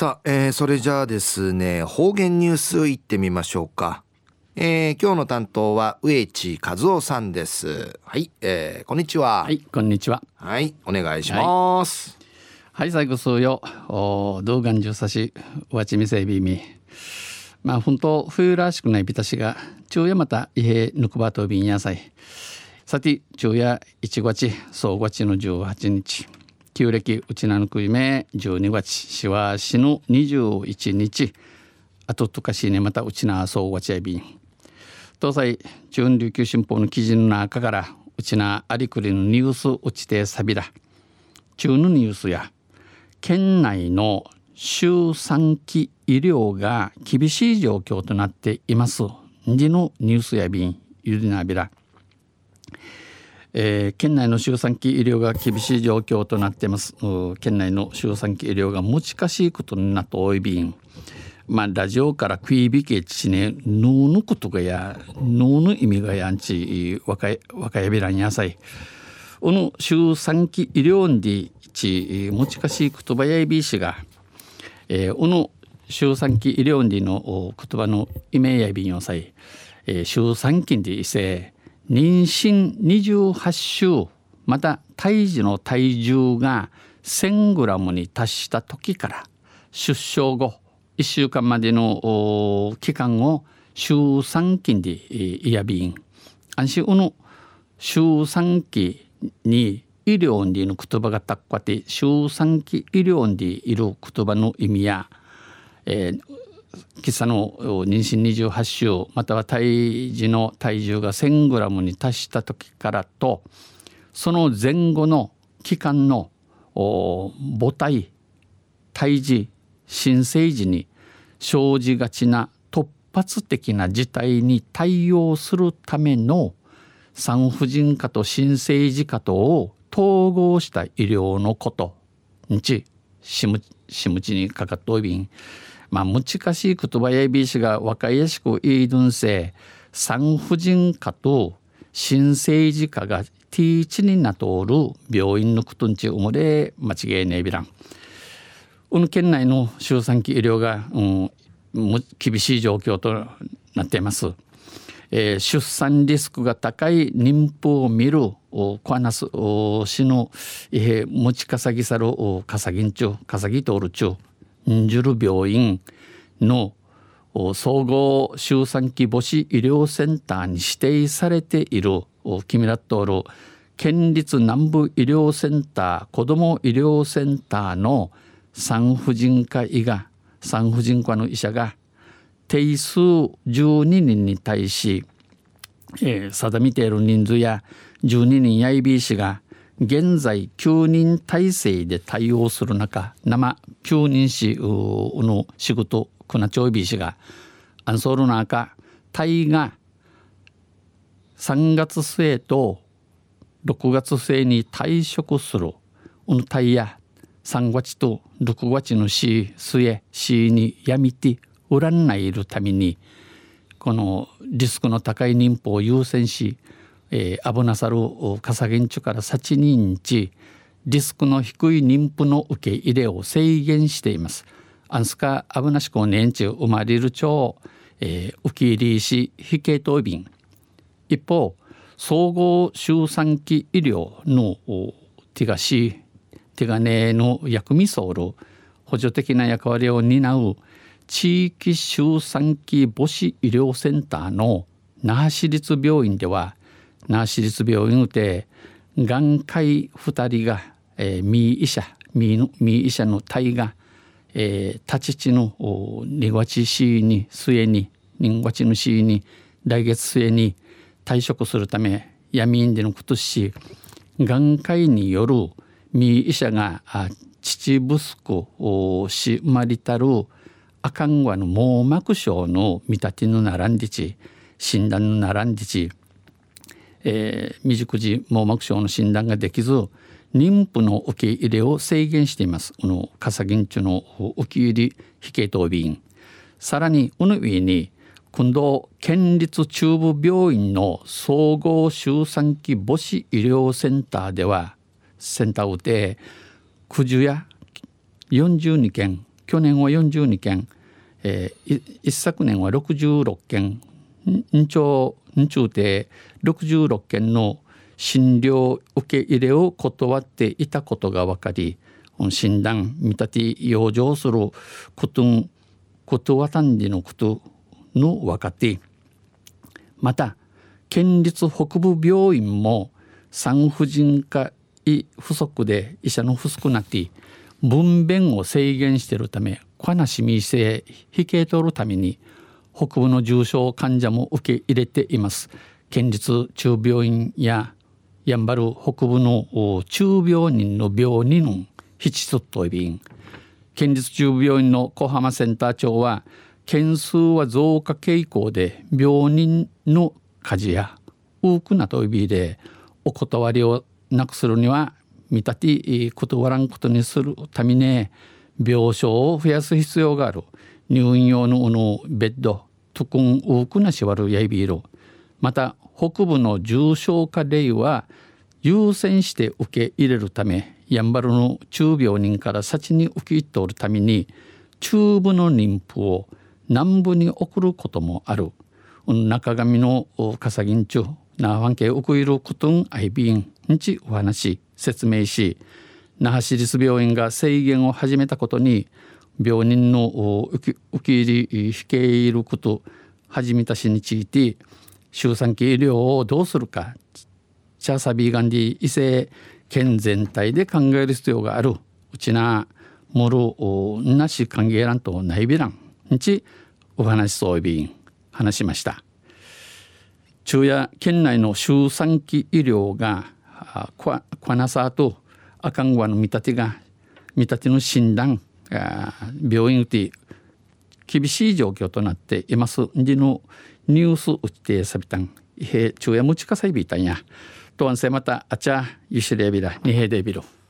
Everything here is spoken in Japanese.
さあ、それじゃあですね、方言ニュースいってみましょうか。今日の担当は植地和夫さんです。はい、こんにちは。 はい、こんにちは。 はい、お願いします。 はい、最後数よ。動画中差し、わちみせびみ。まあ、本当冬らしくないびたしが、昼夜また、いへぬくばとびんやさい。さて、昼夜1月、総月の18日。旧暦うちなぬくいめ12月、しわしの21日。あととかしね、またうちな総月やびん。東西中央琉球新報の記事の中からうちなありくりのニュースうちてさびら中のニュースや県内の周産期医療が厳しい状況となっていますじのニュースやびんゆりなびら、県内の周産期医療が厳しい状況となっています。県内の周産期医療が難しいことになっておいびん、まあ、ラジオから食いびけちね脳のことがや脳の意味がやんち若いびらんやさいの周産期医療んでち難しい言葉やいびしがの周産期医療んでの言葉の意味やいびんよさい周産期でいせ妊娠28週また胎児の体重が 1000g に達した時から出生後1週間までの期間を周産期でいやびん安心の周産期に医療にの言葉がたっかて周産期医療にいる言葉の意味や、喫茶の妊娠28週または胎児の体重が 1000g に達した時からとその前後の期間の母体胎児新生児に生じがちな突発的な事態に対応するための産婦人科と新生児科とを統合した医療のことにちしむちにかかっといびん、まあ難しい言葉やびしが若いやしく言いどんせ産婦人科と新生児科がティーチになとおる病院のことんちうもれ間違いねえびらん県内の周産期医療が、厳しい状況となっています。出産リスクが高い妊婦を見るこわなす死の持ちかさぎさるかさぎんちゅかさぎとおるちゅんじゅる病院の総合周産期母子医療センターに指定されている君らとおる県立南部医療センター子ども医療センターの産婦人科の医者が定数12人に対し、定めている人数や12人やいびいしが現在9人体制で対応する中生9人しの仕事くなちょいびいしがアンソールの中隊が3月末と6月末に退職する隊や3月と6月の末にやみておらんないるためにこのリスクの高い妊婦を優先し、危なさるかさげんちゅから8人ちリスクの低い妊婦の受け入れを制限しています。アンスカ危なしこ年中生まれる町、受け入れし非系統便一方総合周産期医療の手がねの役みそうる補助的な役割を担う地域周産期母子医療センターの那覇市立病院では那覇市立病院で眼科医2人が、ミ医者の隊が、立ち地の2月末に来月末に退職するため闇院でのことし眼科医によるミ医者が父息子しまりたる赤んわの網膜症の見立ての並んでち診断の並んでち、未熟児網膜症の診断ができず妊婦の受け入れを制限しています。このかさぎんちゅの受け入れ非系統便さらにこの上に今度県立中部病院の総合周産期母子医療センターではセンターで苦渋や42件去年は42件、一昨年は66件ん中で66件の診療受け入れを断っていたことが分かり、診断見立て養生することは単理のことの分かって、また県立北部病院も産婦人科医不足で医者の不足なって分娩を制限しているため、悲しみ性引け取るために北部の重症患者も受け入れています。県立中病院ややんばる北部の中病人の病人の七つといびん、県立中病院の小浜センター長は、件数は増加傾向で病人の数や多くなといびでお断りをなくするには見立て断らんことにするために病床を増やす必要がある。入院用のベッド特に多くなしわるやいびる。また北部の重症化例は優先して受け入れるため、やんばるの中病人から先に受け入っておるために中部の妊婦を南部に送ることもある。中上の笠銀中那覇県受け入ることんあいびんにちお話説明し、那覇市立病院が制限を始めたことに病人の受け入り引け入ること始めたしについて、周産期医療をどうするかチャーサビーガンディ異性県全体で考える必要がある。うちなもるなし歓迎欄とないびらんにちお話そうびん話しました。昼夜県内の周産期医療がこなさとあかんわの見立ての診断病院で厳しい状況となっていますでのニュース打ってさびたん昼夜むちかさいびいたんやとわんせまたあちゃゆしれびらにへでびろ。